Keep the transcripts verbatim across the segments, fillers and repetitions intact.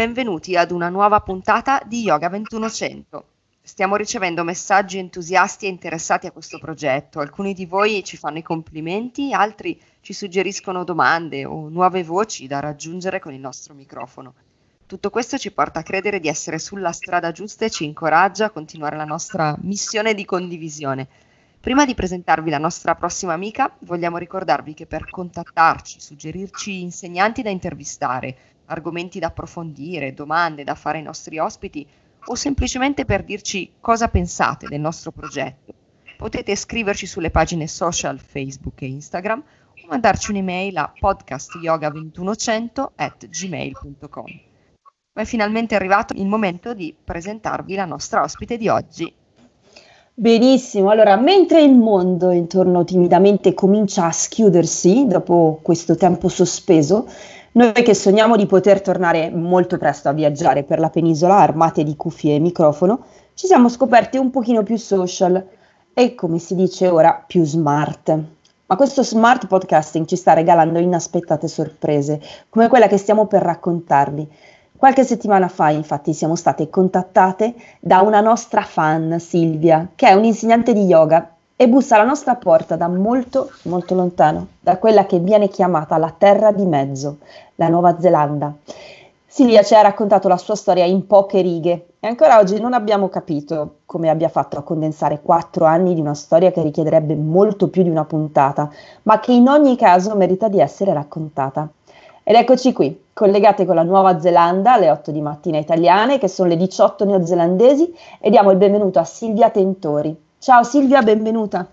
Benvenuti ad una nuova puntata di Yoga ventuno cento. Stiamo ricevendo messaggi entusiasti e interessati a questo progetto. Alcuni di voi ci fanno i complimenti, altri ci suggeriscono domande o nuove voci da raggiungere con il nostro microfono. Tutto questo ci porta a credere di essere sulla strada giusta e ci incoraggia a continuare la nostra missione di condivisione. Prima di presentarvi la nostra prossima amica, vogliamo ricordarvi che per contattarci, suggerirci insegnanti da intervistare, argomenti da approfondire, domande da fare ai nostri ospiti o semplicemente per dirci cosa pensate del nostro progetto, potete scriverci sulle pagine social Facebook e Instagram o mandarci un'email a podcast yoga ventuno cento at gmail punto com. Ma è finalmente arrivato il momento di presentarvi la nostra ospite di oggi. Benissimo, allora mentre il mondo intorno timidamente comincia a schiudersi dopo questo tempo sospeso, noi che sogniamo di poter tornare molto presto a viaggiare per la penisola armate di cuffie e microfono, ci siamo scoperti un pochino più social e, come si dice ora, più smart. Ma questo smart podcasting ci sta regalando inaspettate sorprese, come quella che stiamo per raccontarvi. Qualche settimana fa, infatti, siamo state contattate da una nostra fan, Silvia, che è un'insegnante di yoga e bussa alla nostra porta da molto, molto lontano, da quella che viene chiamata la Terra di Mezzo, la Nuova Zelanda. Silvia ci ha raccontato la sua storia in poche righe e ancora oggi non abbiamo capito come abbia fatto a condensare quattro anni di una storia che richiederebbe molto più di una puntata, ma che in ogni caso merita di essere raccontata. Ed eccoci qui, collegate con la Nuova Zelanda alle otto di mattina italiane, che sono le diciotto neozelandesi, e diamo il benvenuto a Silvia Tentori. Ciao Silvia, benvenuta.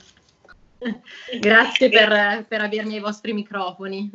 Grazie per, per avermi ai vostri microfoni.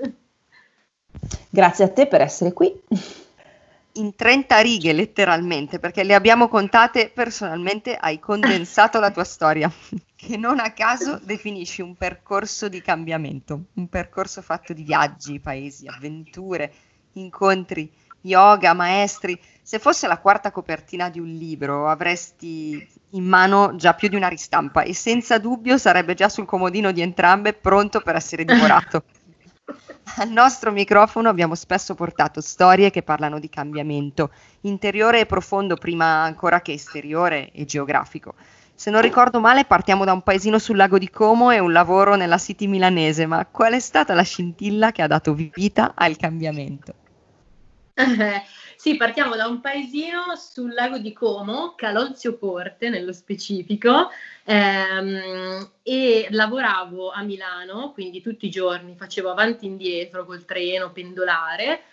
Grazie a te per essere qui. In trenta righe letteralmente, perché le abbiamo contate personalmente, hai condensato la tua storia, che non a caso definisci un percorso di cambiamento, un percorso fatto di viaggi, paesi, avventure, incontri, yoga, maestri. Se fosse la quarta copertina di un libro avresti in mano già più di una ristampa e senza dubbio sarebbe già sul comodino di entrambe pronto per essere divorato. Al nostro microfono abbiamo spesso portato storie che parlano di cambiamento, interiore e profondo prima ancora che esteriore e geografico. Se non ricordo male partiamo da un paesino sul lago di Como e un lavoro nella City milanese, ma qual è stata la scintilla che ha dato vita al cambiamento? Eh, sì, partiamo da un paesino sul lago di Como, Calolzio Porte nello specifico, ehm, e lavoravo a Milano, quindi tutti i giorni facevo avanti e indietro col treno pendolare,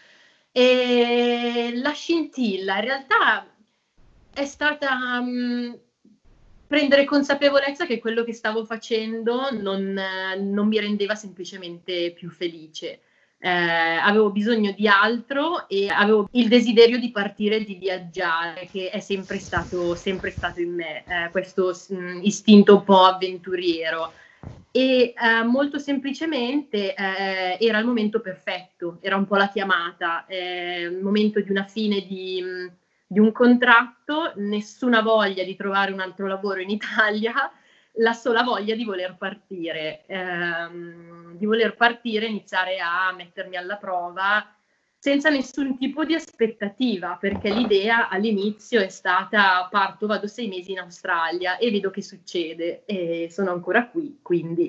e la scintilla in realtà è stata um, prendere consapevolezza che quello che stavo facendo non, non mi rendeva semplicemente più felice. Eh, avevo bisogno di altro e avevo il desiderio di partire e di viaggiare, che è sempre stato, sempre stato in me, eh, questo mh, istinto un po' avventuriero. E eh, molto semplicemente eh, era il momento perfetto, era un po' la chiamata, eh, il momento di una fine di, mh, di un contratto, nessuna voglia di trovare un altro lavoro in Italia, la sola voglia di voler partire, ehm, di voler partire, iniziare a mettermi alla prova senza nessun tipo di aspettativa, perché l'idea all'inizio è stata: parto, vado sei mesi in Australia e vedo che succede, e sono ancora qui, quindi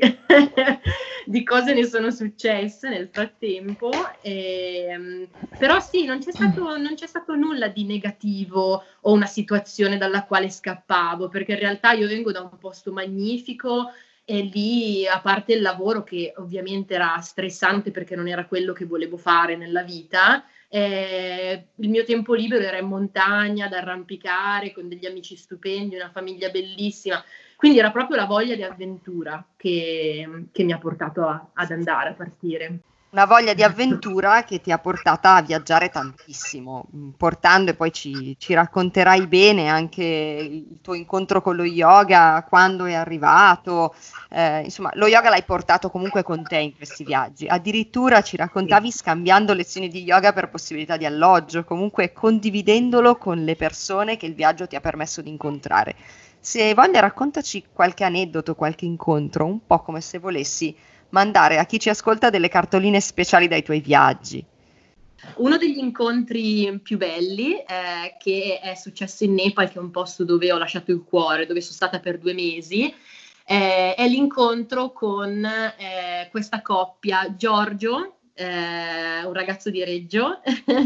di cose ne sono successe nel frattempo, e, però sì, non c'è stato, non c'è stato nulla di negativo o una situazione dalla quale scappavo, perché in realtà io vengo da un posto magnifico e lì, a parte il lavoro che ovviamente era stressante perché non era quello che volevo fare nella vita, eh, il mio tempo libero era in montagna, ad arrampicare con degli amici stupendi, una famiglia bellissima, quindi era proprio la voglia di avventura che, che mi ha portato a, ad andare, a partire. Una voglia di avventura che ti ha portata a viaggiare tantissimo, portando, e poi ci, ci racconterai bene anche il tuo incontro con lo yoga, quando è arrivato, eh, insomma lo yoga l'hai portato comunque con te in questi viaggi, addirittura ci raccontavi scambiando lezioni di yoga per possibilità di alloggio, comunque condividendolo con le persone che il viaggio ti ha permesso di incontrare. Se hai voglia raccontaci qualche aneddoto, qualche incontro, un po' come se volessi mandare a chi ci ascolta delle cartoline speciali dai tuoi viaggi. Uno degli incontri più belli eh, che è successo in Nepal, che è un posto dove ho lasciato il cuore, dove sono stata per due mesi, eh, è l'incontro con eh, questa coppia, Giorgio, eh, un ragazzo di Reggio,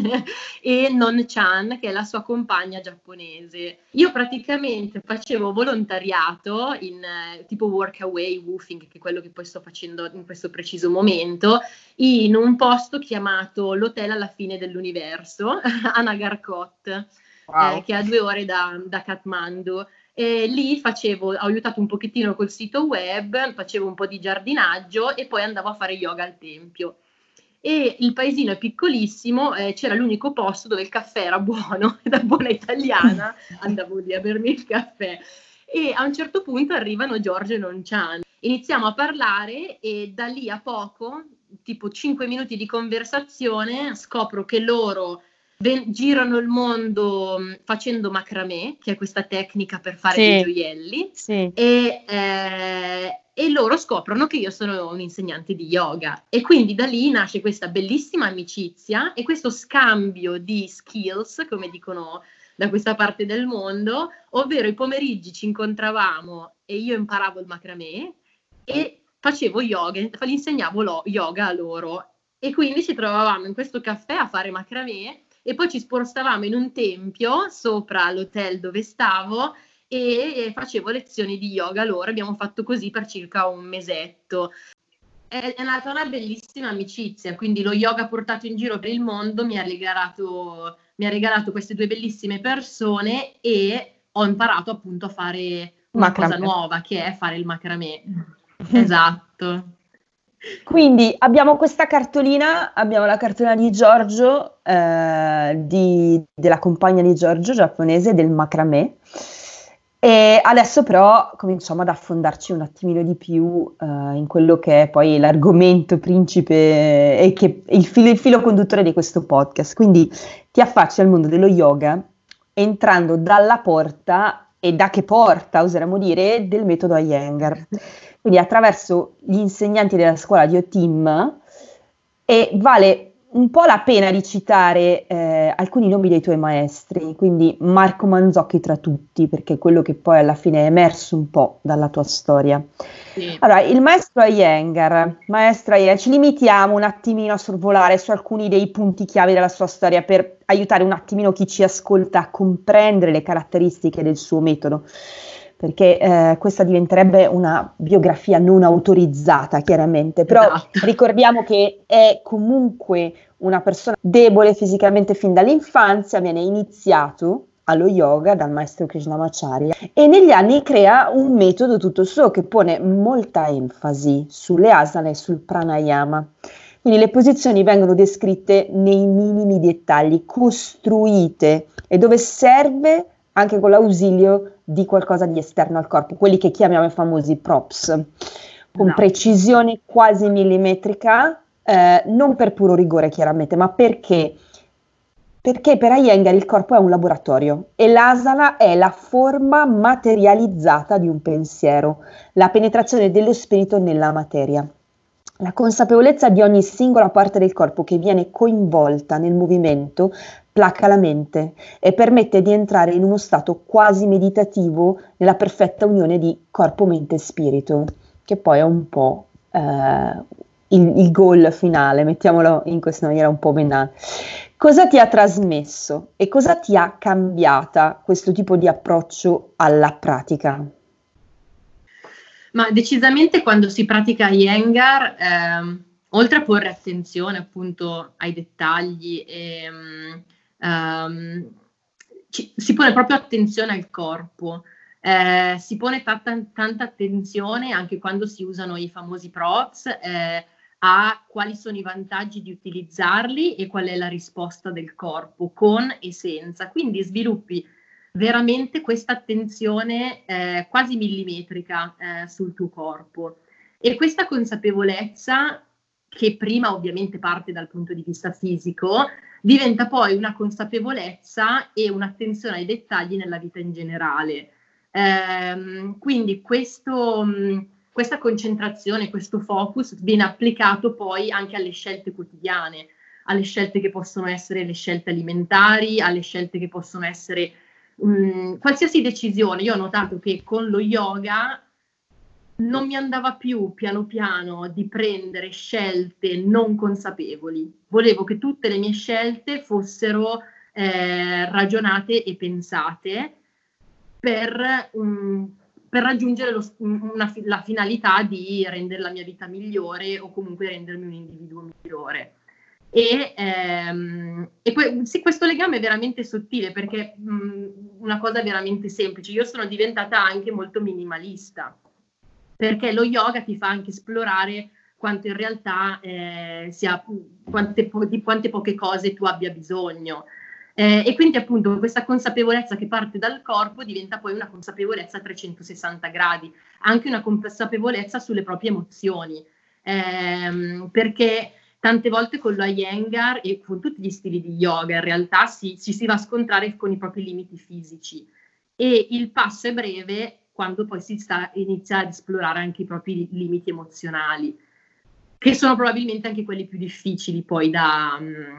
e Non Chan, che è la sua compagna giapponese. Io praticamente facevo volontariato in eh, tipo workaway, woofing, che è quello che poi sto facendo in questo preciso momento, in un posto chiamato l'Hotel alla fine dell'universo, a Nagarkot, Wow. eh, che è a due ore da, da Kathmandu. E lì facevo, ho aiutato un pochettino col sito web, facevo un po' di giardinaggio e poi andavo a fare yoga al tempio. E il paesino è piccolissimo, eh, c'era l'unico posto dove il caffè era buono, da buona italiana andavo lì a bermi il caffè. E a un certo punto arrivano Giorgio e Non Chan. Iniziamo a parlare e da lì a poco, tipo cinque minuti di conversazione, scopro che loro ven- girano il mondo mh, facendo macramè, che è questa tecnica per fare Sì, dei gioielli, sì. e, eh, e loro scoprono che io sono un insegnante di yoga. E quindi da lì nasce questa bellissima amicizia e questo scambio di skills, come dicono da questa parte del mondo, ovvero i pomeriggi ci incontravamo e io imparavo il macramè e facevo yoga, gli insegnavo lo, yoga a loro. E quindi ci trovavamo in questo caffè a fare macramè e poi ci spostavamo in un tempio sopra l'hotel dove stavo e facevo lezioni di yoga a loro. Abbiamo fatto così per circa un mesetto. È, è nata una bellissima amicizia, quindi lo yoga portato in giro per il mondo mi ha regalato, mi ha regalato queste due bellissime persone e ho imparato appunto a fare una cosa Macramè. nuova, che è fare il macramè. Esatto. Quindi abbiamo questa cartolina, abbiamo la cartolina di Giorgio, eh, di- della compagna di Giorgio giapponese del macramè. E adesso però cominciamo ad affondarci un attimino di più eh, in quello che è poi l'argomento principe e che il filo, il filo conduttore di questo podcast. Quindi ti affacci al mondo dello yoga entrando dalla porta, e da che porta, oseremmo dire, del metodo Iyengar. Quindi attraverso gli insegnanti della scuola di O T I M, e vale un po' la pena di citare eh, alcuni nomi dei tuoi maestri, quindi Marco Manzocchi tra tutti, perché è quello che poi alla fine è emerso un po' dalla tua storia. Sì. Allora, il maestro Iyengar, maestro Iyengar, ci limitiamo un attimino a sorvolare su alcuni dei punti chiave della sua storia per aiutare un attimino chi ci ascolta a comprendere le caratteristiche del suo metodo, perché eh, questa diventerebbe una biografia non autorizzata, chiaramente, però Esatto. ricordiamo che è comunque una persona debole fisicamente fin dall'infanzia, viene iniziato allo yoga dal maestro Krishnamacharya e negli anni crea un metodo tutto suo che pone molta enfasi sulle asana e sul pranayama. Quindi le posizioni vengono descritte nei minimi dettagli, costruite, e dove serve anche con l'ausilio di qualcosa di esterno al corpo, quelli che chiamiamo i famosi props, con Esatto. precisione quasi millimetrica, eh, non per puro rigore chiaramente, ma perché? Perché per Iyengar il corpo è un laboratorio e l'asana è la forma materializzata di un pensiero, la penetrazione dello spirito nella materia. La consapevolezza di ogni singola parte del corpo che viene coinvolta nel movimento placa la mente e permette di entrare in uno stato quasi meditativo nella perfetta unione di corpo, mente e spirito, che poi è un po' eh, il, il goal finale, mettiamolo in questa maniera un po' banale. Cosa ti ha trasmesso e cosa ti ha cambiata questo tipo di approccio alla pratica? Ma decisamente quando si pratica Iyengar, ehm, oltre a porre attenzione appunto ai dettagli, e, um, ci, si pone proprio attenzione al corpo, eh, si pone tanta, tanta attenzione anche quando si usano i famosi props, eh, a quali sono i vantaggi di utilizzarli e qual è la risposta del corpo, con e senza. Quindi sviluppi veramente questa attenzione eh, quasi millimetrica eh, sul tuo corpo. E questa consapevolezza, che prima ovviamente parte dal punto di vista fisico, diventa poi una consapevolezza e un'attenzione ai dettagli nella vita in generale. Ehm, quindi questo, mh, questa concentrazione, questo focus viene applicato poi anche alle scelte quotidiane. alle scelte che possono essere le scelte alimentari, alle scelte che possono essere um, qualsiasi decisione. Io ho notato che con lo yoga non mi andava più piano piano di prendere scelte non consapevoli. Volevo che tutte le mie scelte fossero eh, ragionate e pensate per, um, per raggiungere lo, una, la finalità di rendere la mia vita migliore o comunque rendermi un individuo migliore. E, ehm, e que- sì, questo legame è veramente sottile, perché mh, una cosa veramente semplice, io sono diventata anche molto minimalista, perché lo yoga ti fa anche esplorare quanto in realtà eh, sia, quante, po- di quante poche cose tu abbia bisogno. Eh, e quindi appunto questa consapevolezza che parte dal corpo diventa poi una consapevolezza a trecentosessanta gradi, anche una consapevolezza sulle proprie emozioni, eh, perché tante volte con lo Iyengar e con tutti gli stili di yoga in realtà si, ci si va a scontrare con i propri limiti fisici, e il passo è breve quando poi si sta, inizia ad esplorare anche i propri limiti emozionali, che sono probabilmente anche quelli più difficili poi da,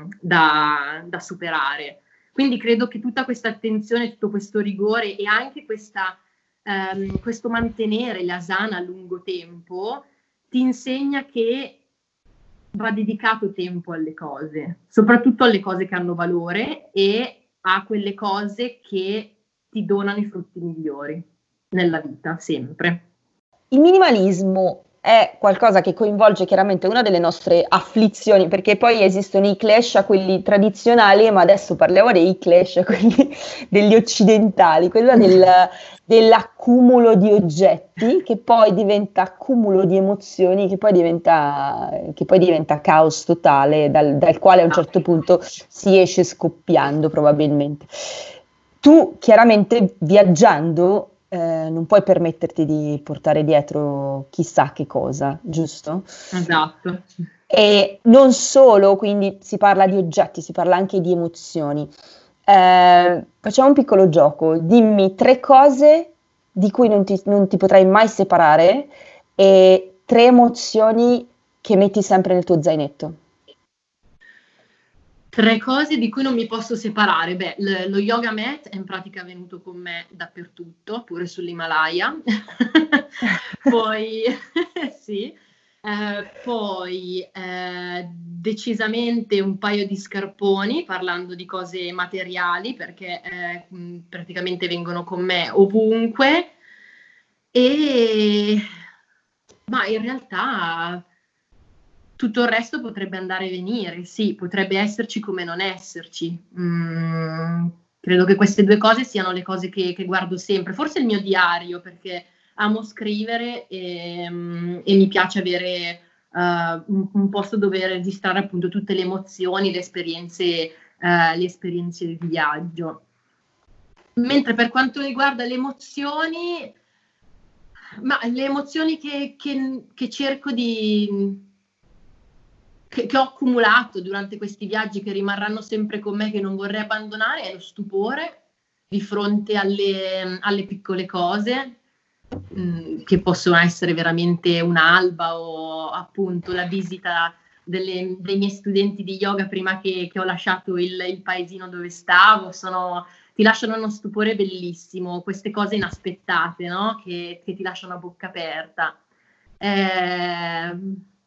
da, da superare. Quindi credo che tutta questa attenzione, tutto questo rigore e anche questa, ehm, questo mantenere l'asana a lungo tempo ti insegna che va dedicato tempo alle cose, soprattutto alle cose che hanno valore e a quelle cose che ti donano i frutti migliori nella vita, sempre. Il minimalismo è qualcosa che coinvolge chiaramente una delle nostre afflizioni, perché poi esistono i clash a quelli tradizionali, ma adesso parliamo dei clash a quelli degli occidentali, quello del, dell'accumulo di oggetti che poi diventa accumulo di emozioni, che poi diventa, che poi diventa caos totale, dal, dal quale a un certo punto si esce scoppiando probabilmente. Tu chiaramente viaggiando Eh, non puoi permetterti di portare dietro chissà che cosa, giusto? Esatto. E non solo, quindi si parla di oggetti, si parla anche di emozioni. Eh, facciamo un piccolo gioco. Dimmi tre cose di cui non ti, non ti potrai mai separare e tre emozioni che metti sempre nel tuo zainetto. Tre cose di cui non mi posso separare. Beh, l- lo yoga mat è in pratica venuto con me dappertutto, pure sull'Himalaya. Poi, sì, eh, poi eh, decisamente un paio di scarponi, parlando di cose materiali, perché eh, mh, praticamente vengono con me ovunque. E ma in realtà tutto il resto potrebbe andare e venire, sì, potrebbe esserci come non esserci. Mm, credo che queste due cose siano le cose che, che guardo sempre. Forse il mio diario, perché amo scrivere e, mm, e mi piace avere uh, un, un posto dove registrare appunto tutte le emozioni, le esperienze, uh, le esperienze di viaggio. Mentre per quanto riguarda le emozioni, ma le emozioni che, che, che cerco di... Che, che ho accumulato durante questi viaggi, che rimarranno sempre con me, che non vorrei abbandonare, è lo stupore di fronte alle, alle piccole cose, mh, che possono essere veramente un'alba o appunto la visita delle, dei miei studenti di yoga prima che, che ho lasciato il, il paesino dove stavo. Sono, ti lasciano uno stupore bellissimo, queste cose inaspettate, no? Che, che ti lasciano a bocca aperta. Eh,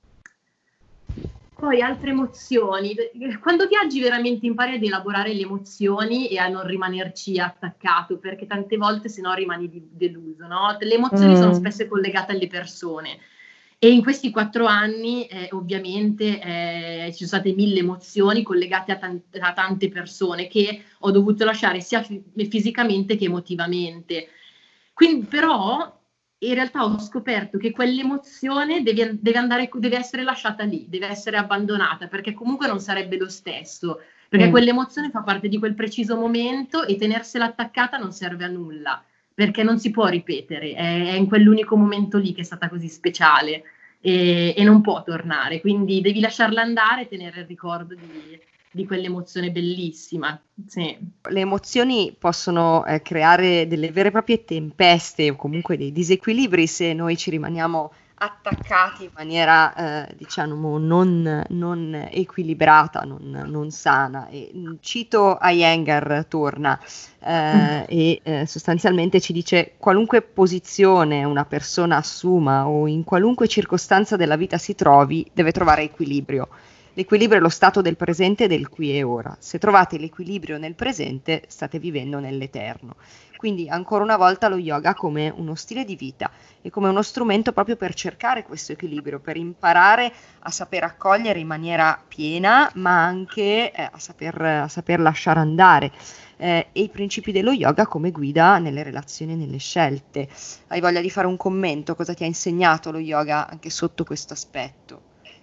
Poi altre emozioni. Quando viaggi veramente impari ad elaborare le emozioni e a non rimanerci attaccato, perché tante volte se no rimani deluso, no? Le emozioni mm. sono spesso collegate alle persone. E in questi quattro anni eh, ovviamente eh, ci sono state mille emozioni collegate a, tan- a tante persone che ho dovuto lasciare sia f- fisicamente che emotivamente. Quindi però in realtà ho scoperto che quell'emozione deve, deve, andare, deve essere lasciata lì, deve essere abbandonata, perché comunque non sarebbe lo stesso, perché mm. quell'emozione fa parte di quel preciso momento e tenersela attaccata non serve a nulla, perché non si può ripetere, è, è in quell'unico momento lì che è stata così speciale e, e non può tornare, quindi devi lasciarla andare e tenere il ricordo di, di quell'emozione bellissima. Sì. Le emozioni possono eh, creare delle vere e proprie tempeste o comunque dei disequilibri se noi ci rimaniamo attaccati in maniera eh, diciamo non, non equilibrata, non, non sana. E cito Iyengar, torna eh, e eh, sostanzialmente ci dice: qualunque posizione una persona assuma o in qualunque circostanza della vita si trovi, deve trovare equilibrio. L'equilibrio è lo stato del presente e del qui e ora. Se trovate l'equilibrio nel presente, state vivendo nell'eterno. Quindi ancora una volta lo yoga come uno stile di vita e come uno strumento proprio per cercare questo equilibrio, per imparare a saper accogliere in maniera piena, ma anche eh, a, saper, a saper lasciare andare. Eh, e i principi dello yoga come guida nelle relazioni e nelle scelte. Hai voglia di fare un commento? Cosa ti ha insegnato lo yoga anche sotto questo aspetto?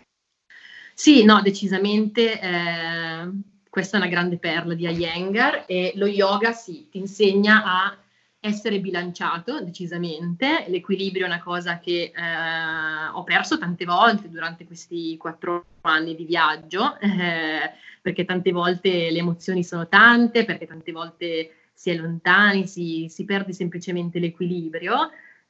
Sì, no, decisamente eh, questa è una grande perla di Iyengar, e lo yoga sì, ti insegna a essere bilanciato, decisamente. L'equilibrio è una cosa che eh, ho perso tante volte durante questi quattro anni di viaggio, eh, perché tante volte le emozioni sono tante, perché tante volte si è lontani, si, si perde semplicemente l'equilibrio.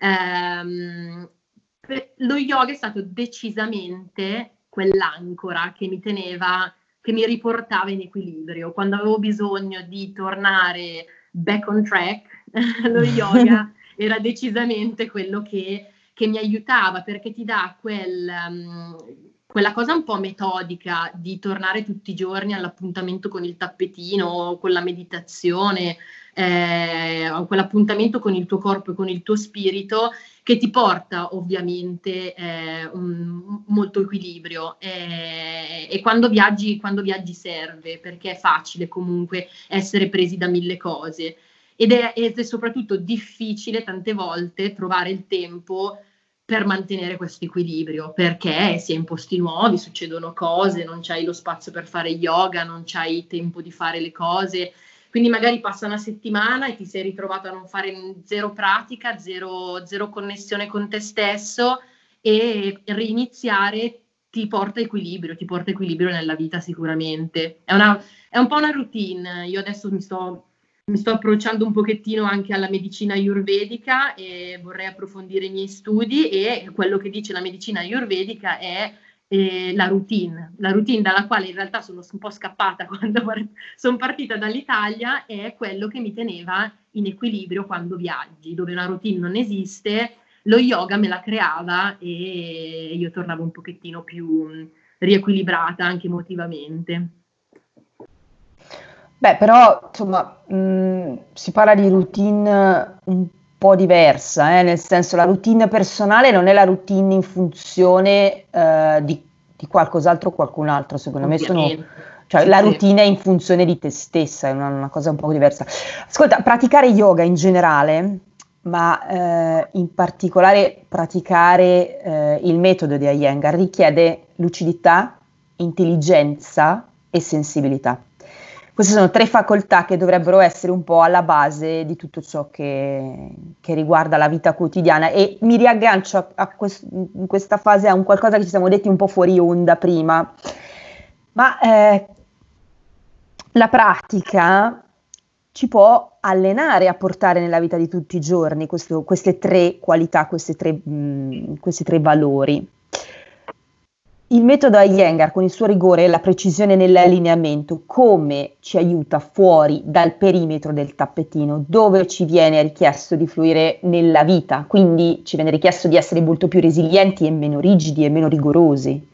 Eh, lo yoga è stato decisamente quell'ancora che mi teneva, che mi riportava in equilibrio. Quando avevo bisogno di tornare back on track, lo yoga era decisamente quello che, che mi aiutava, perché ti dà quel, um, quella cosa un po' metodica di tornare tutti i giorni all'appuntamento con il tappetino, con la meditazione, eh, quell'appuntamento con il tuo corpo e con il tuo spirito, che ti porta ovviamente eh, un, molto equilibrio, eh, e quando viaggi, quando viaggi serve, perché è facile comunque essere presi da mille cose, ed è, ed è soprattutto difficile tante volte trovare il tempo per mantenere questo equilibrio, perché si è in posti nuovi, succedono cose, non c'hai lo spazio per fare yoga, non c'hai tempo di fare le cose. Quindi magari passa una settimana e ti sei ritrovato a non fare zero pratica, zero, zero connessione con te stesso, e riniziare ti porta equilibrio, ti porta equilibrio nella vita sicuramente. È, una, è un po' una routine. Io adesso mi sto, mi sto approcciando un pochettino anche alla medicina ayurvedica e vorrei approfondire i miei studi, e quello che dice la medicina ayurvedica è Eh, la routine, la routine dalla quale in realtà sono un po' scappata quando part- sono partita dall'Italia, è quello che mi teneva in equilibrio quando viaggi, dove una routine non esiste, lo yoga me la creava e io tornavo un pochettino più mh, riequilibrata anche emotivamente. Beh, però insomma mh, si parla di routine un po' diversa, eh, nel senso la routine personale non è la routine in funzione eh, di, di qualcos'altro o qualcun altro, secondo me sono, Ovviamente. cioè Sì, la sì. routine è in funzione di te stessa, è una, una cosa un po' diversa. Ascolta, praticare yoga in generale, ma eh, in particolare praticare eh, il metodo di Iyengar richiede lucidità, intelligenza e sensibilità. Queste sono tre facoltà che dovrebbero essere un po' alla base di tutto ciò che, che riguarda la vita quotidiana, e mi riaggancio a, a quest, in questa fase a un qualcosa che ci siamo detti un po' fuori onda prima, ma eh, la pratica ci può allenare a portare nella vita di tutti i giorni questo, queste tre qualità, queste tre, mh, questi tre valori. Il metodo Iyengar, con il suo rigore e la precisione nell'allineamento, come ci aiuta fuori dal perimetro del tappetino, dove ci viene richiesto di fluire nella vita, quindi ci viene richiesto di essere molto più resilienti e meno rigidi e meno rigorosi.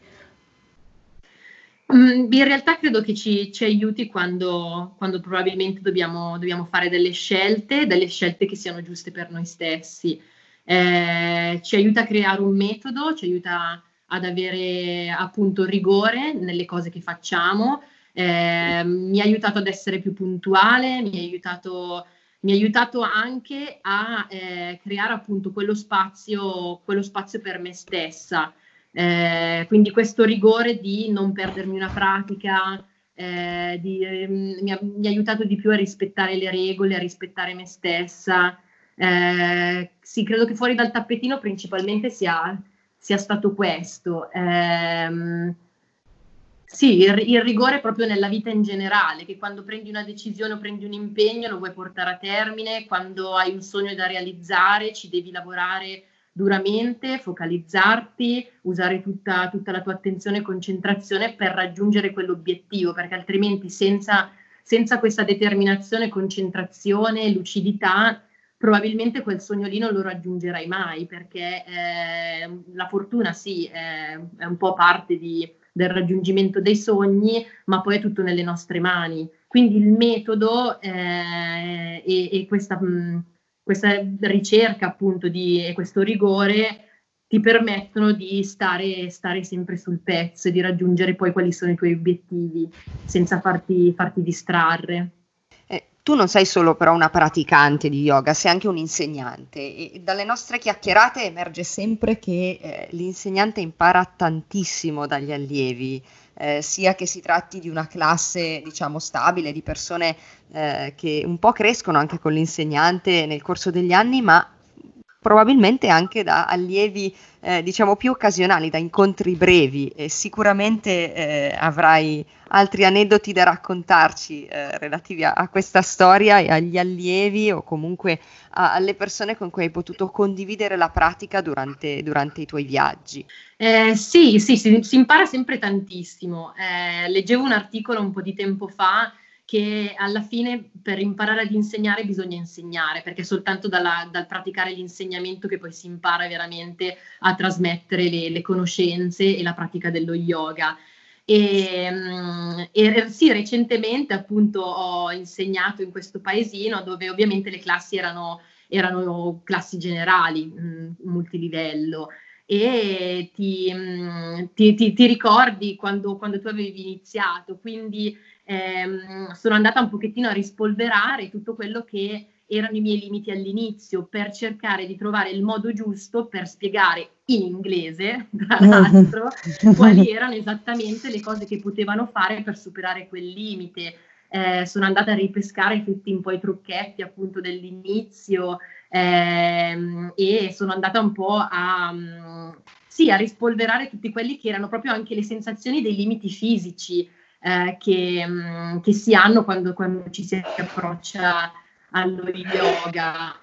In realtà credo che ci, ci aiuti quando, quando probabilmente dobbiamo, dobbiamo fare delle scelte, delle scelte che siano giuste per noi stessi. Eh, ci aiuta a creare un metodo, ci aiuta ad avere appunto rigore nelle cose che facciamo, eh, mi ha aiutato ad essere più puntuale, mi ha aiutato, mi ha aiutato anche a eh, creare appunto quello spazio, quello spazio per me stessa. Eh, quindi questo rigore di non perdermi una pratica, eh, di, eh, mi, ha, mi ha aiutato di più a rispettare le regole, a rispettare me stessa. Eh, sì, credo che fuori dal tappetino principalmente sia, sia stato questo. Eh, sì, il, il rigore proprio nella vita in generale, che quando prendi una decisione o prendi un impegno lo vuoi portare a termine, quando hai un sogno da realizzare ci devi lavorare duramente, focalizzarti, usare tutta, tutta la tua attenzione e concentrazione per raggiungere quell'obiettivo, perché altrimenti senza, senza questa determinazione, concentrazione, lucidità, probabilmente quel sogno lì non lo raggiungerai mai, perché eh, la fortuna sì, è, è un po' parte di, del raggiungimento dei sogni, ma poi è tutto nelle nostre mani. Quindi il metodo eh, e, e questa... Mh, questa ricerca appunto di, e questo rigore ti permettono di stare, stare sempre sul pezzo e di raggiungere poi quali sono i tuoi obiettivi senza farti, farti distrarre. Eh, tu non sei solo però una praticante di yoga, sei anche un insegnante e dalle nostre chiacchierate emerge sempre che eh, l'insegnante impara tantissimo dagli allievi. Eh, sia che si tratti di una classe, diciamo, stabile, di persone eh, che un po' crescono anche con l'insegnante nel corso degli anni, ma probabilmente anche da allievi, eh, diciamo, più occasionali, da incontri brevi, e sicuramente eh, avrai altri aneddoti da raccontarci eh, relativi a, a questa storia e agli allievi o comunque a, alle persone con cui hai potuto condividere la pratica durante, durante i tuoi viaggi. Eh, sì, sì, si, si impara sempre tantissimo. Eh, leggevo un articolo un po' di tempo fa che alla fine per imparare ad insegnare bisogna insegnare, perché è soltanto dalla, dal praticare l'insegnamento che poi si impara veramente a trasmettere le, le conoscenze e la pratica dello yoga. E, e sì, recentemente appunto ho insegnato in questo paesino dove ovviamente le classi erano, erano classi generali, mh, multilivello. E ti, ti, ti, ti ricordi quando, quando tu avevi iniziato, quindi ehm, sono andata un pochettino a rispolverare tutto quello che erano i miei limiti all'inizio per cercare di trovare il modo giusto per spiegare in inglese, tra l'altro, quali erano esattamente le cose che potevano fare per superare quel limite. Eh, sono andata a ripescare tutti un po' i trucchetti appunto dell'inizio, ehm, e sono andata un po' a, um, sì, a rispolverare tutti quelli che erano proprio anche le sensazioni dei limiti fisici eh, che, um, che si hanno quando, quando ci si approccia allo yoga.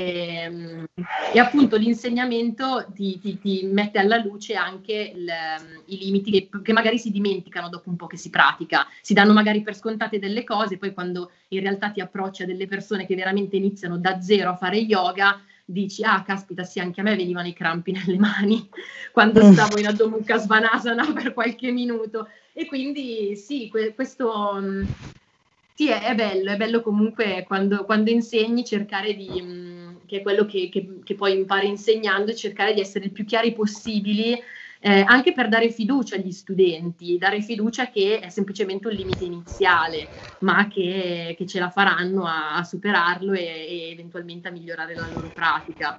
E, e appunto l'insegnamento ti, ti, ti mette alla luce anche il, i limiti che, che magari si dimenticano dopo un po' che si pratica, si danno magari per scontate delle cose, poi quando in realtà ti approcci a delle persone che veramente iniziano da zero a fare yoga, dici, ah caspita sì, anche a me venivano i crampi nelle mani quando stavo in Adho Mukha Svanasana per qualche minuto, e quindi sì, que- questo... Sì, è, è bello, è bello comunque quando, quando insegni cercare di, mh, che è quello che, che, che poi impari insegnando, cercare di essere il più chiari possibili, eh, anche per dare fiducia agli studenti, dare fiducia che è semplicemente un limite iniziale, ma che, che ce la faranno a, a superarlo e, e eventualmente a migliorare la loro pratica.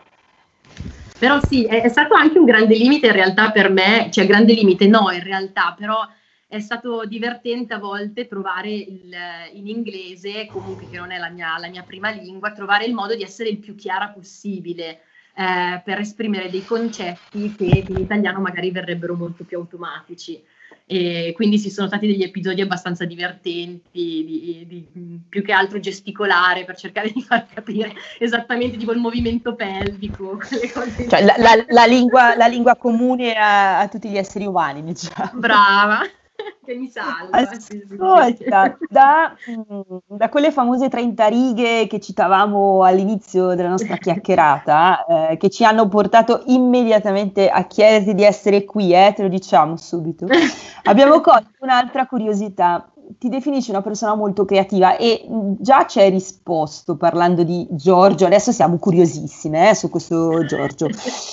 Però sì, è, è stato anche un grande limite in realtà per me, cioè grande limite no in realtà, però è stato divertente a volte trovare il, in inglese, comunque che non è la mia, la mia prima lingua, trovare il modo di essere il più chiara possibile eh, per esprimere dei concetti che in italiano magari verrebbero molto più automatici. E quindi ci sono stati degli episodi abbastanza divertenti, di, di, più che altro gesticolare per cercare di far capire esattamente tipo il movimento pelvico, quelle cose. Cioè la, la, la, lingua, la lingua comune a, a tutti gli esseri umani, diciamo. Brava! Che mi salva. Ascolta, da, da quelle famose trenta righe che citavamo all'inizio della nostra chiacchierata, eh, che ci hanno portato immediatamente a chiederti di essere qui, eh, te lo diciamo subito, abbiamo colto un'altra curiosità. Ti definisci una persona molto creativa e già ci hai risposto parlando di Giorgio, adesso siamo curiosissime eh, su questo Giorgio.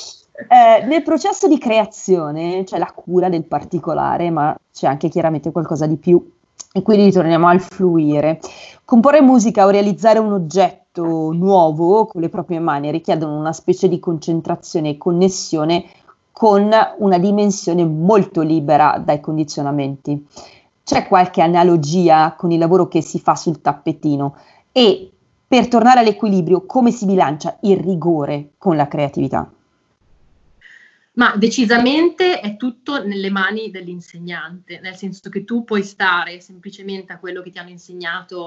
Eh, nel processo di creazione c'è la cura del particolare, ma c'è anche chiaramente qualcosa di più, e quindi ritorniamo al fluire. Comporre musica o realizzare un oggetto nuovo con le proprie mani richiedono una specie di concentrazione e connessione con una dimensione molto libera dai condizionamenti. C'è qualche analogia con il lavoro che si fa sul tappetino? E per tornare all'equilibrio, come si bilancia il rigore con la creatività? Ma decisamente è tutto nelle mani dell'insegnante, nel senso che tu puoi stare semplicemente a quello che ti hanno insegnato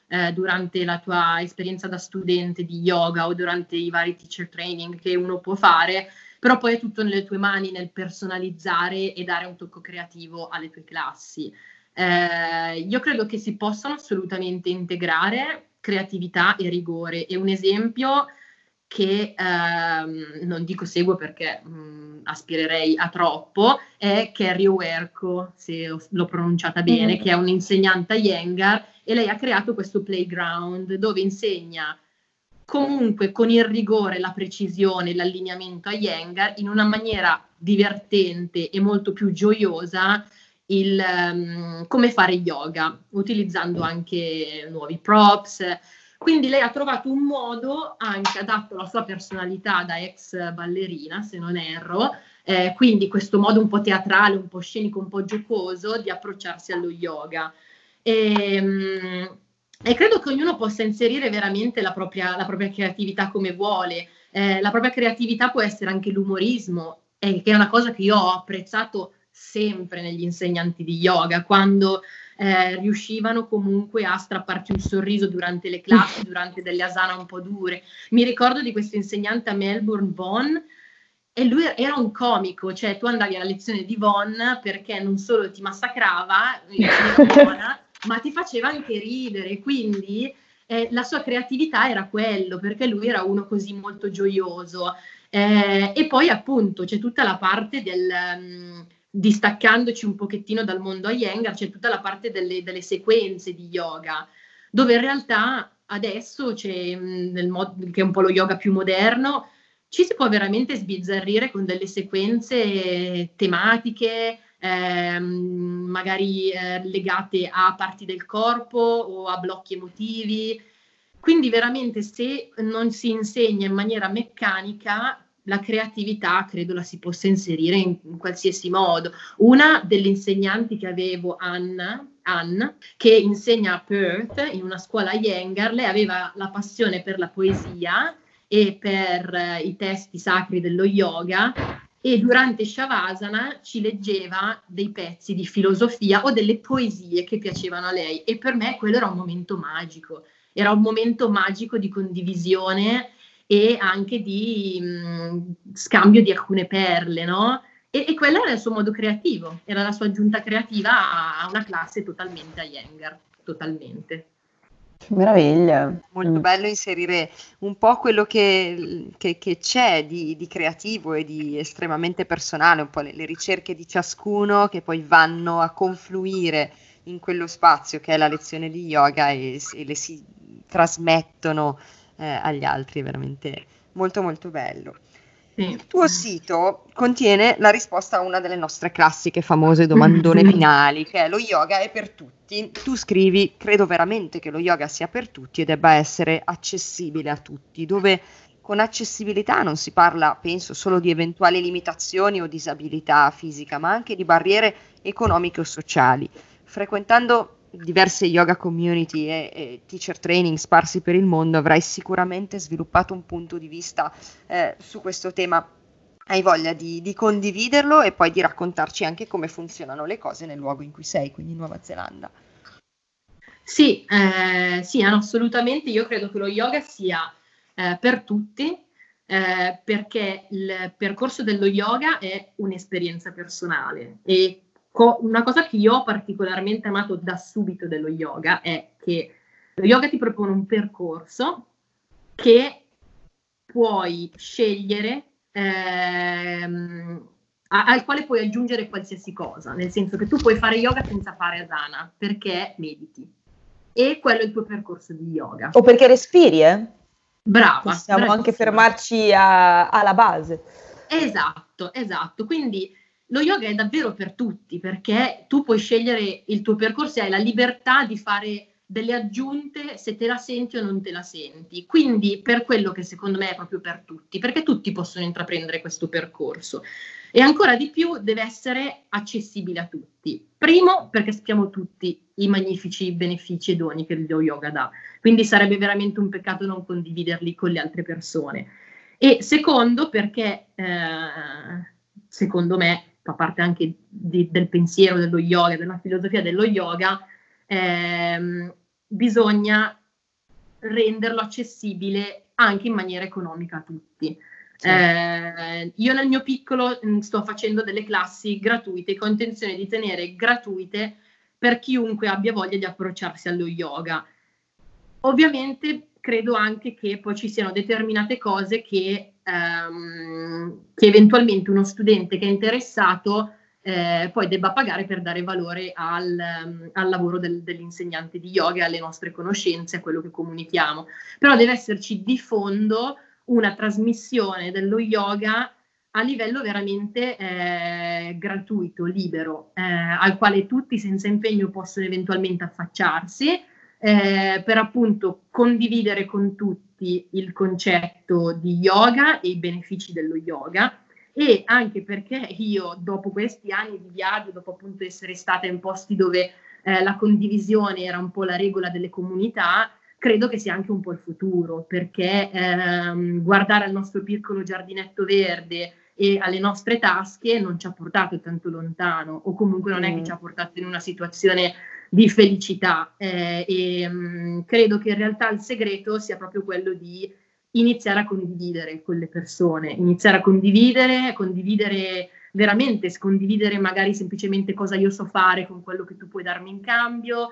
eh, durante la tua esperienza da studente di yoga o durante i vari teacher training che uno può fare, però poi è tutto nelle tue mani nel personalizzare e dare un tocco creativo alle tue classi. Eh, io credo che si possano assolutamente integrare creatività e rigore, e un esempio che ehm, non dico seguo perché mh, aspirerei a troppo, è Kerry Owerko, se ho- l'ho pronunciata bene, Mm. che è un'insegnante a Iyengar, e lei ha creato questo playground dove insegna comunque con il rigore, la precisione, l'allineamento a Iyengar in una maniera divertente e molto più gioiosa il, um, come fare yoga, utilizzando anche nuovi props. Quindi lei ha trovato un modo, anche adatto alla sua personalità da ex ballerina, se non erro, eh, quindi questo modo un po' teatrale, un po' scenico, un po' giocoso di approcciarsi allo yoga. E, um, e credo che ognuno possa inserire veramente la propria, la propria creatività come vuole. Eh, la propria creatività può essere anche l'umorismo, eh, che è una cosa che io ho apprezzato sempre negli insegnanti di yoga, quando eh, riuscivano comunque a strapparti un sorriso durante le classi, durante delle asana un po' dure. Mi ricordo di questo insegnante a Melbourne, Vaughan, e lui era un comico, cioè tu andavi alla lezione di Vaughan perché non solo ti massacrava, era buona, ma ti faceva anche ridere, quindi eh, la sua creatività era quello, perché lui era uno così molto gioioso. Eh, e poi appunto c'è tutta la parte del, um, distaccandoci un pochettino dal mondo Iyengar, c'è tutta la parte delle, delle sequenze di yoga, dove in realtà adesso c'è, mh, nel mod- che è un po' lo yoga più moderno, ci si può veramente sbizzarrire con delle sequenze tematiche, ehm, magari eh, legate a parti del corpo o a blocchi emotivi. Quindi veramente se non si insegna in maniera meccanica, la creatività credo la si possa inserire in, in qualsiasi modo. Una delle insegnanti che avevo, Anna, Anne, che insegna a Perth in una scuola a Iyengar, lei aveva la passione per la poesia e per eh, i testi sacri dello yoga, e durante Shavasana ci leggeva dei pezzi di filosofia o delle poesie che piacevano a lei, e per me quello era un momento magico, era un momento magico di condivisione e anche di mh, scambio di alcune perle, no? E, e quello era il suo modo creativo, era la sua aggiunta creativa a, a una classe totalmente a Iyengar, totalmente. Che meraviglia. Molto Mm. bello inserire un po' quello che, che- che c'è di, di creativo e di estremamente personale, un po' le, le ricerche di ciascuno che poi vanno a confluire in quello spazio che è la lezione di yoga e, s- e le si trasmettono eh, agli altri, è veramente molto molto bello. Sì. Il tuo sito contiene la risposta a una delle nostre classiche famose domandone finali, che è: lo yoga è per tutti. Tu scrivi: credo veramente che lo yoga sia per tutti e debba essere accessibile a tutti, dove con accessibilità non si parla, penso, solo di eventuali limitazioni o disabilità fisica, ma anche di barriere economiche o sociali. Frequentando diverse yoga community e, e teacher training sparsi per il mondo, avrai sicuramente sviluppato un punto di vista eh, su questo tema. Hai voglia di, di condividerlo e poi di raccontarci anche come funzionano le cose nel luogo in cui sei, quindi in Nuova Zelanda. Sì, eh, sì, assolutamente. Io credo che lo yoga sia eh, per tutti, eh, perché il percorso dello yoga è un'esperienza personale, e co- una cosa che io ho particolarmente amato da subito dello yoga è che lo yoga ti propone un percorso che puoi scegliere, ehm, a- al quale puoi aggiungere qualsiasi cosa, nel senso che tu puoi fare yoga senza fare asana perché mediti, e quello è il tuo percorso di yoga. O perché respiri, eh? Brava, Possiamo anche bravissima. fermarci a- alla base. Esatto, esatto. Quindi lo yoga è davvero per tutti, perché tu puoi scegliere il tuo percorso e hai la libertà di fare delle aggiunte se te la senti o non te la senti. Quindi per quello che secondo me è proprio per tutti, perché tutti possono intraprendere questo percorso. E ancora di più deve essere accessibile a tutti. Primo, perché sappiamo tutti i magnifici benefici e doni che lo yoga dà. Quindi sarebbe veramente un peccato non condividerli con le altre persone. E secondo, perché eh, secondo me fa parte anche di, del pensiero dello yoga, della filosofia dello yoga, ehm, bisogna renderlo accessibile anche in maniera economica a tutti. Sì. Eh, io nel mio piccolo mh, sto facendo delle classi gratuite che ho intenzione di tenere gratuite per chiunque abbia voglia di approcciarsi allo yoga. Ovviamente credo anche che poi ci siano determinate cose che, ehm, che eventualmente uno studente che è interessato eh, poi debba pagare per dare valore al, um, al lavoro del, dell'insegnante di yoga, alle nostre conoscenze, a quello che comunichiamo. Però deve esserci di fondo una trasmissione dello yoga a livello veramente eh, gratuito, libero, eh, al quale tutti senza impegno possono eventualmente affacciarsi, eh, per appunto condividere con tutti il concetto di yoga e i benefici dello yoga, e anche perché io dopo questi anni di viaggio, dopo appunto essere stata in posti dove eh, la condivisione era un po' la regola delle comunità, credo che sia anche un po' il futuro, perché ehm, guardare al nostro piccolo giardinetto verde e alle nostre tasche non ci ha portato tanto lontano, o comunque non è che ci ha portato in una situazione di felicità, eh, e mh, credo che in realtà il segreto sia proprio quello di iniziare a condividere con le persone, iniziare a condividere, condividere veramente, condividere magari semplicemente cosa io so fare con quello che tu puoi darmi in cambio,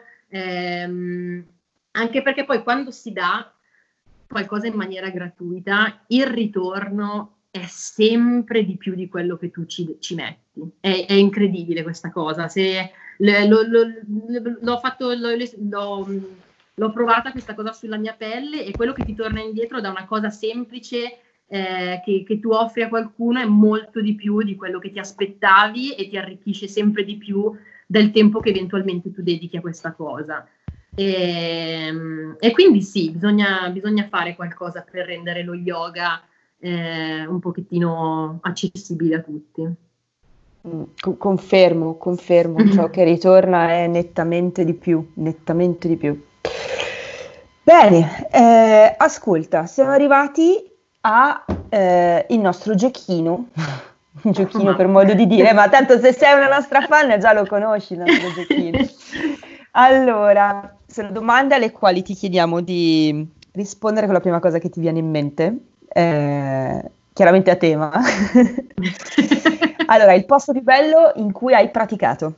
ehm, anche perché poi quando si dà qualcosa in maniera gratuita, il ritorno è sempre di più di quello che tu ci, ci metti. È, è incredibile questa cosa. Se le, lo, lo, l'ho fatto, lo, l'ho, l'ho provata questa cosa sulla mia pelle, e quello che ti torna indietro da una cosa semplice eh, che, che tu offri a qualcuno è molto di più di quello che ti aspettavi, e ti arricchisce sempre di più del tempo che eventualmente tu dedichi a questa cosa. E, e quindi sì, bisogna, bisogna fare qualcosa per rendere lo yoga eh, un pochettino accessibile a tutti. C- confermo, confermo, ciò che ritorna è nettamente di più, nettamente di più. Bene, eh, ascolta, siamo arrivati a eh, il nostro giochino, un giochino per modo di dire, ma tanto se sei una nostra fan già lo conosci il nostro giochino. Allora, sono domande alle quali ti chiediamo di rispondere con la prima cosa che ti viene in mente, eh, chiaramente a tema. Allora, il posto più bello in cui hai praticato?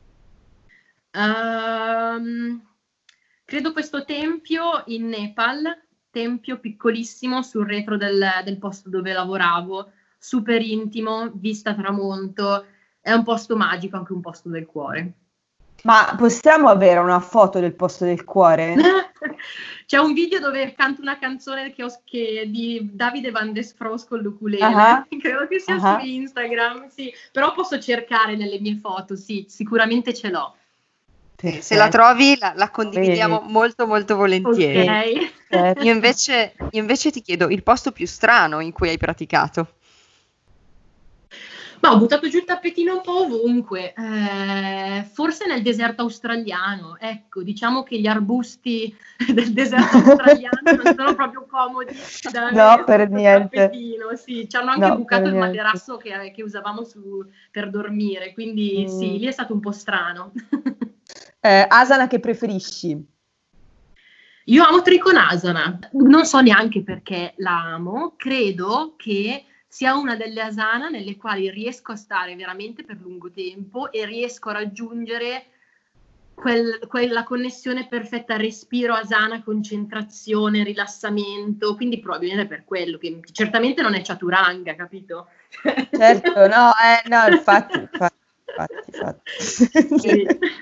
Um, credo questo tempio in Nepal, tempio piccolissimo sul retro del, del posto dove lavoravo, super intimo, vista tramonto, è un posto magico, anche un posto del cuore. Ma possiamo avere una foto del posto del cuore? C'è un video dove canto una canzone che ho, che di Davide Van der Sproos con l'ukulele, uh-huh. Credo che sia uh-huh. su Instagram, sì, però posso cercare nelle mie foto, sì, sicuramente ce l'ho. Perfetto. Se la trovi la, la condividiamo sì. molto molto volentieri. Okay. Io invece, io invece ti chiedo il posto più strano in cui hai praticato. Ma ho buttato giù il tappetino un po' ovunque, eh, forse nel deserto australiano, ecco, diciamo che gli arbusti del deserto australiano non sono proprio comodi da no, per niente. Tappetino, sì, ci hanno anche no, bucato il materasso che, che usavamo su, per dormire, quindi mm. sì, lì è stato un po' strano. eh, asana che preferisci? Io amo Trikonasana, non so neanche perché la amo, credo che sia una delle asana nelle quali riesco a stare veramente per lungo tempo e riesco a raggiungere quel, quella connessione perfetta, respiro asana, concentrazione, rilassamento, quindi probabilmente è per quello, che certamente non è chaturanga, capito? Certo, no, eh, no, infatti, infatti, infatti, infatti. Sì.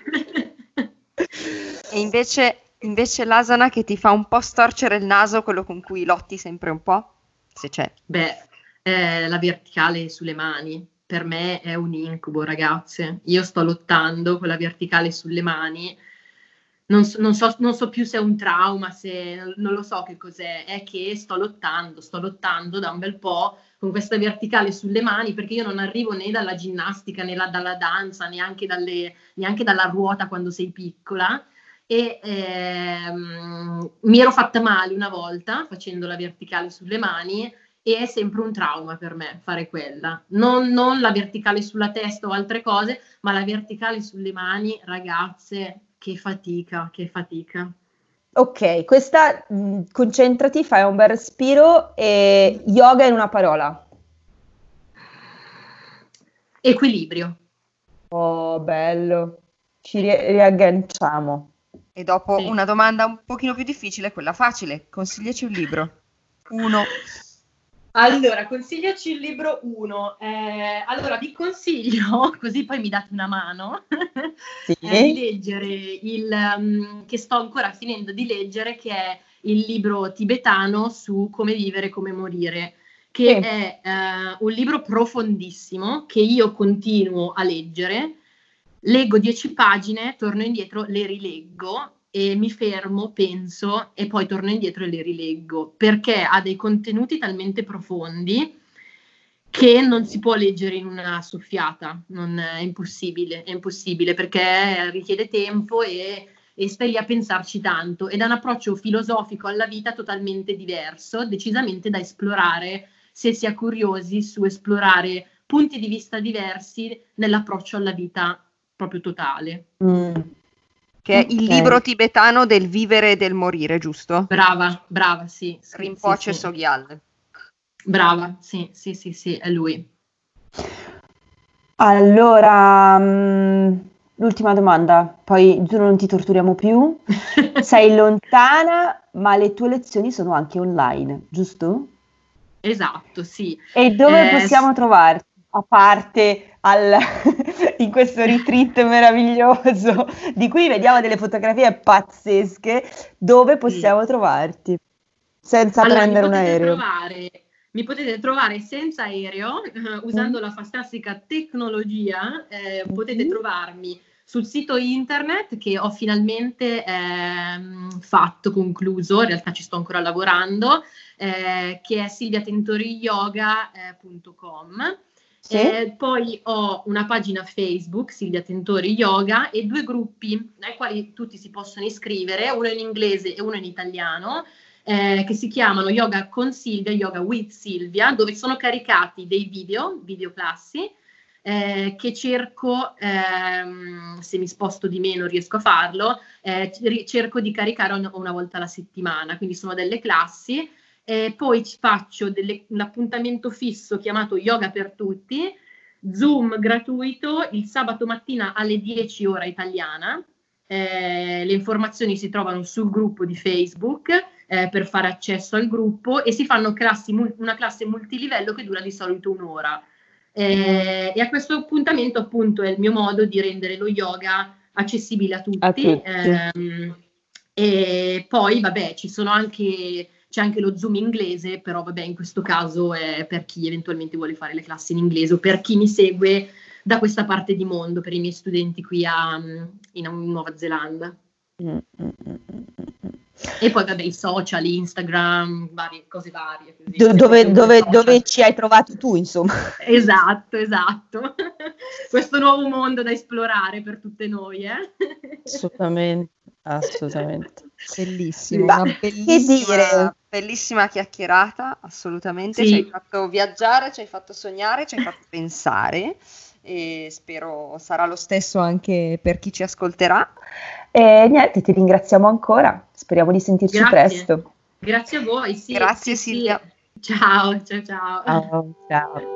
E invece, invece l'asana che ti fa un po' storcere il naso, quello con cui lotti sempre un po', se c'è. Beh, Eh, la verticale sulle mani, per me è un incubo, ragazze. Io sto lottando con la verticale sulle mani, non so, non so, non so più se è un trauma, se non lo so che cos'è, è che sto lottando, sto lottando da un bel po' con questa verticale sulle mani, perché io non arrivo né dalla ginnastica, né la, dalla danza, neanche, dalle, neanche dalla ruota quando sei piccola. E ehm, mi ero fatta male una volta facendo la verticale sulle mani, e è sempre un trauma per me fare quella, non, non la verticale sulla testa o altre cose, ma la verticale sulle mani, ragazze, che fatica, che fatica. Ok, questa mh, concentrati, fai un bel respiro e yoga in una parola. Equilibrio. Oh, bello. Ci ri- riagganciamo. E dopo Sì. una domanda un pochino più difficile, quella facile. Consigliaci un libro. Uno. Allora, consigliaci il libro uno. Eh, allora, vi consiglio, così poi mi date una mano, Sì. eh, di leggere il, um, che sto ancora finendo di leggere, che è il libro tibetano su come vivere, come morire, che Sì. è eh, un libro profondissimo che io continuo a leggere. Leggo dieci pagine, torno indietro, le rileggo e mi fermo, penso e poi torno indietro e le rileggo, perché ha dei contenuti talmente profondi che non si può leggere in una soffiata, non è impossibile, è impossibile perché richiede tempo e, e stai lì a pensarci tanto ed è un approccio filosofico alla vita totalmente diverso, decisamente da esplorare se si è curiosi su esplorare punti di vista diversi nell'approccio alla vita proprio totale. Mm. Che è il Ok. libro tibetano del vivere e del morire, giusto? Brava, brava, sì. sì Rinpoche sì, sì. Sogyal. Brava, sì, sì, sì, sì, è lui. Allora, mh, l'ultima domanda, poi giuro non ti torturiamo più. Sei lontana, ma le tue lezioni sono anche online, giusto? Esatto, sì. E dove Eh, possiamo trovarti? A parte al- in questo retreat meraviglioso, di cui vediamo delle fotografie pazzesche, dove sì. possiamo trovarti? Senza Allora, mi prendere un potete aereo. trovare, mi potete trovare senza aereo, eh, Mm. usando la fantastica tecnologia, eh, potete Mhm. trovarmi sul sito internet che ho finalmente ehm, fatto, concluso, in realtà ci sto ancora lavorando, eh, che è silvia tentori yoga punto com. Sì? Eh, poi ho una pagina Facebook, Silvia Tentori Yoga, e due gruppi ai quali tutti si possono iscrivere, uno in inglese e uno in italiano, eh, che si chiamano Yoga con Silvia, Yoga with Silvia, dove sono caricati dei video, videoclassi, eh, che cerco, ehm, se mi sposto di meno riesco a farlo, eh, cerco di caricare una, una volta alla settimana, quindi sono delle classi. Eh, poi ci faccio delle, un appuntamento fisso chiamato Yoga per tutti, Zoom gratuito il sabato mattina alle dieci ora italiana. Eh, le informazioni si trovano sul gruppo di Facebook eh, per fare accesso al gruppo e si fanno classi, una classe multilivello che dura di solito un'ora. Eh, e a questo appuntamento appunto è il mio modo di rendere lo yoga accessibile a A tutti. tutti. Ehm, e poi vabbè ci sono anche c'è anche lo Zoom inglese, però vabbè in questo caso è per chi eventualmente vuole fare le classi in inglese o per chi mi segue da questa parte di mondo, per i miei studenti qui a, in Nuova Zelanda. Mm, mm, mm, mm, mm. E poi vabbè i social, Instagram, varie cose varie. Così, Do- è dove, proprio un dove- social. dove ci hai trovato tu, insomma? Esatto, esatto. Questo nuovo mondo da esplorare per tutte noi, eh? Assolutamente, assolutamente. Bellissimo, Sì. Ma una che bellissima, dire? bellissima chiacchierata, assolutamente. Ci hai Sì, fatto viaggiare, ci hai fatto sognare, ci hai fatto pensare e spero sarà lo stesso anche per chi ci ascolterà. E niente, ti ringraziamo ancora. Speriamo di sentirci grazie. presto. Grazie a voi, sì, Grazie sì, sì. Silvia. Ciao, ciao, ciao. Ciao, ciao.